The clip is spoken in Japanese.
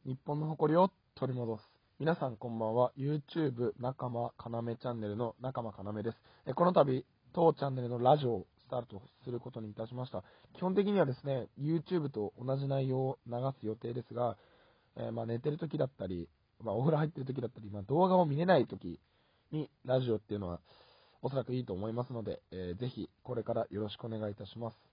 日本の誇りを取り戻す。皆さんこんばんは。YouTube 仲間かなめチャンネルの仲間かなめです。この度、当チャンネルのラジオをスタートすることにいたしました。基本的にはですね、YouTube と同じ内容を流す予定ですが、寝てる時だったり、お風呂入ってる時だったり、動画を見れない時にラジオっていうのはおそらくいいと思いますので、ぜひこれからよろしくお願いいたします。